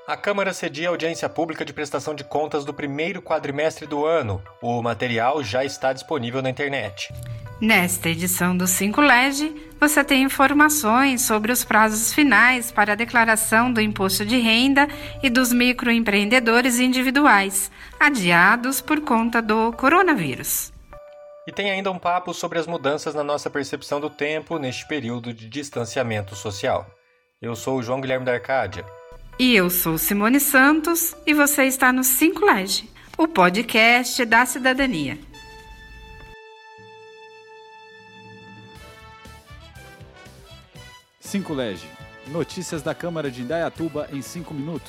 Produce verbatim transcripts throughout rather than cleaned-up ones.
A Câmara cedia a audiência pública de prestação de contas do primeiro quadrimestre do ano. O material já está disponível na internet. Nesta edição do cinco L E G, você tem informações sobre os prazos finais para a declaração do imposto de renda e dos microempreendedores individuais, adiados por conta do coronavírus. E tem ainda um papo sobre as mudanças na nossa percepção do tempo neste período de distanciamento social. Eu sou o João Guilherme da Arcádia. E eu sou Simone Santos e você está no cinco L E G, o podcast da cidadania. cinco L E G, notícias da Câmara de Indaiatuba em cinco minutos.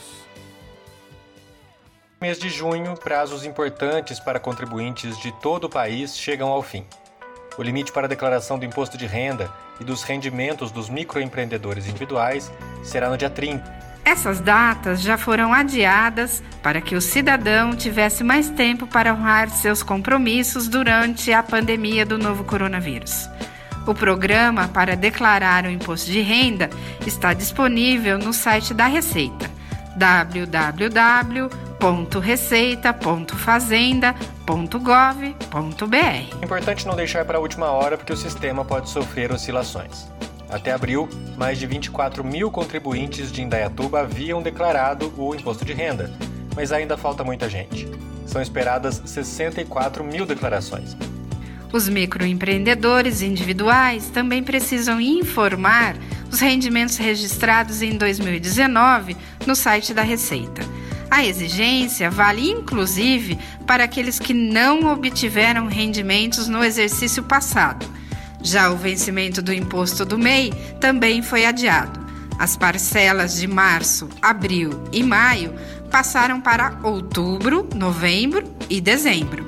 No mês de junho, prazos importantes para contribuintes de todo o país chegam ao fim. O limite para a declaração do imposto de renda e dos rendimentos dos microempreendedores individuais será no dia trinta. Essas datas já foram adiadas para que o cidadão tivesse mais tempo para honrar seus compromissos durante a pandemia do novo coronavírus. O programa para declarar o imposto de renda está disponível no site da Receita, w w w ponto receita ponto fazenda ponto gov ponto b r. É importante não deixar para a última hora porque o sistema pode sofrer oscilações. Até abril, mais de vinte e quatro mil contribuintes de Indaiatuba haviam declarado o imposto de renda, mas ainda falta muita gente. São esperadas sessenta e quatro mil declarações. Os microempreendedores individuais também precisam informar os rendimentos registrados em dois mil e dezenove no site da Receita. A exigência vale inclusive para aqueles que não obtiveram rendimentos no exercício passado. Já o vencimento do imposto do M E I também foi adiado. As parcelas de março, abril e maio passaram para outubro, novembro e dezembro.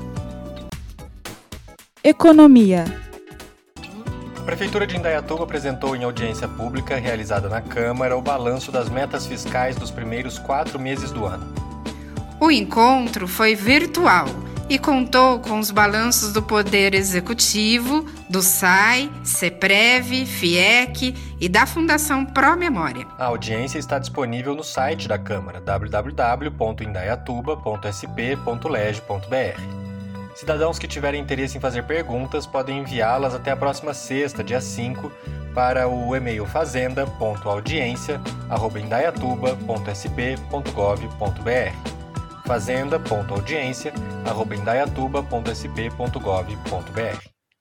Economia. A Prefeitura de Indaiatuba apresentou em audiência pública realizada na Câmara o balanço das metas fiscais dos primeiros quatro meses do ano. O encontro foi virtual e contou com os balanços do Poder Executivo, do S A I, CEPREV, FIEC e da Fundação Pró Memória. A audiência está disponível no site da Câmara, w w w ponto indaiatuba ponto s p ponto leg ponto b r. Cidadãos que tiverem interesse em fazer perguntas podem enviá-las até a próxima sexta, dia cinco, para o e-mail fazenda ponto audiência arroba indaiatuba ponto s p ponto gov ponto b r. fazenda ponto audiência arroba indaiatuba ponto s p ponto gov ponto b r.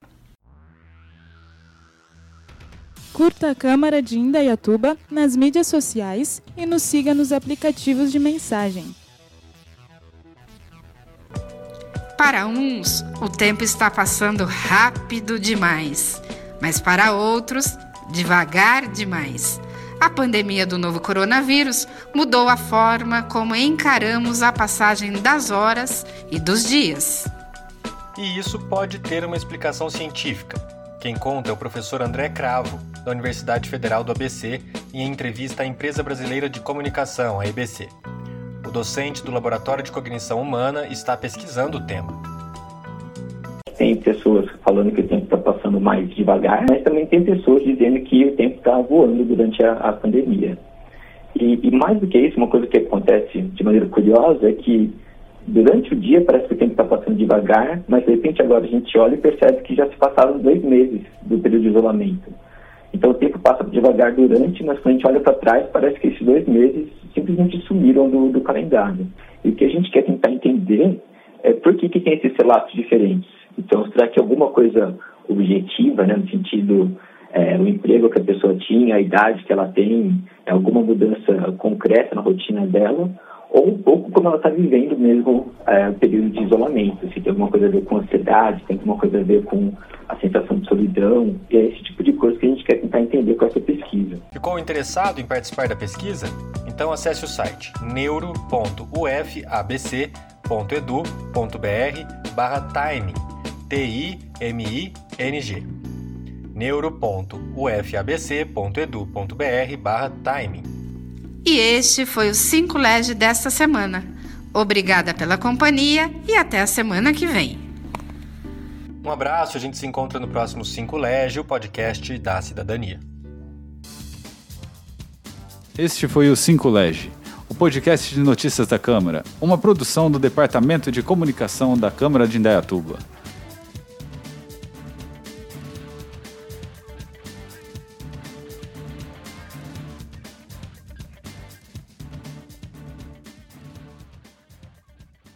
Curta a Câmara de Indaiatuba nas mídias sociais e nos siga nos aplicativos de mensagem. Para uns, o tempo está passando rápido demais, mas para outros, devagar demais. A pandemia do novo coronavírus mudou a forma como encaramos a passagem das horas e dos dias. E isso pode ter uma explicação científica. Quem conta é o professor André Cravo, da Universidade Federal do A B C, em entrevista à Empresa Brasileira de Comunicação, a E B C. O docente do Laboratório de Cognição Humana está pesquisando o tema. Tem pessoas falando que o tempo está passando mais devagar, mas também tem pessoas dizendo que o tempo está voando durante a, a pandemia. E, e mais do que isso, uma coisa que acontece de maneira curiosa é que durante o dia parece que o tempo está passando devagar, mas de repente agora a gente olha e percebe que já se passaram dois meses do período de isolamento. Então o tempo passa devagar durante, mas quando a gente olha para trás, parece que esses dois meses simplesmente sumiram do, do calendário. E o que a gente quer tentar entender é por que, que tem esses relatos diferentes. Então, será que alguma coisa objetiva, né, no sentido, é, o emprego que a pessoa tinha, a idade que ela tem, é alguma mudança concreta na rotina dela, ou um pouco como ela está vivendo mesmo é, o período de isolamento, se tem alguma coisa a ver com ansiedade, tem alguma coisa a ver com a sensação de solidão, e é esse tipo de coisa que a gente quer tentar entender com essa pesquisa. Ficou interessado em participar da pesquisa? Então acesse o site neuro ponto u f a b c ponto e d u ponto b r barra time, T I M I N G, neuro ponto u f a b c ponto e d u ponto b r barra time. E este foi o cinco L E G desta semana. Obrigada pela companhia e até a semana que vem. Um abraço, a gente se encontra no próximo cinco L E G, o podcast da cidadania. Este foi o cinco L E G, o podcast de notícias da Câmara, uma produção do Departamento de Comunicação da Câmara de Indaiatuba.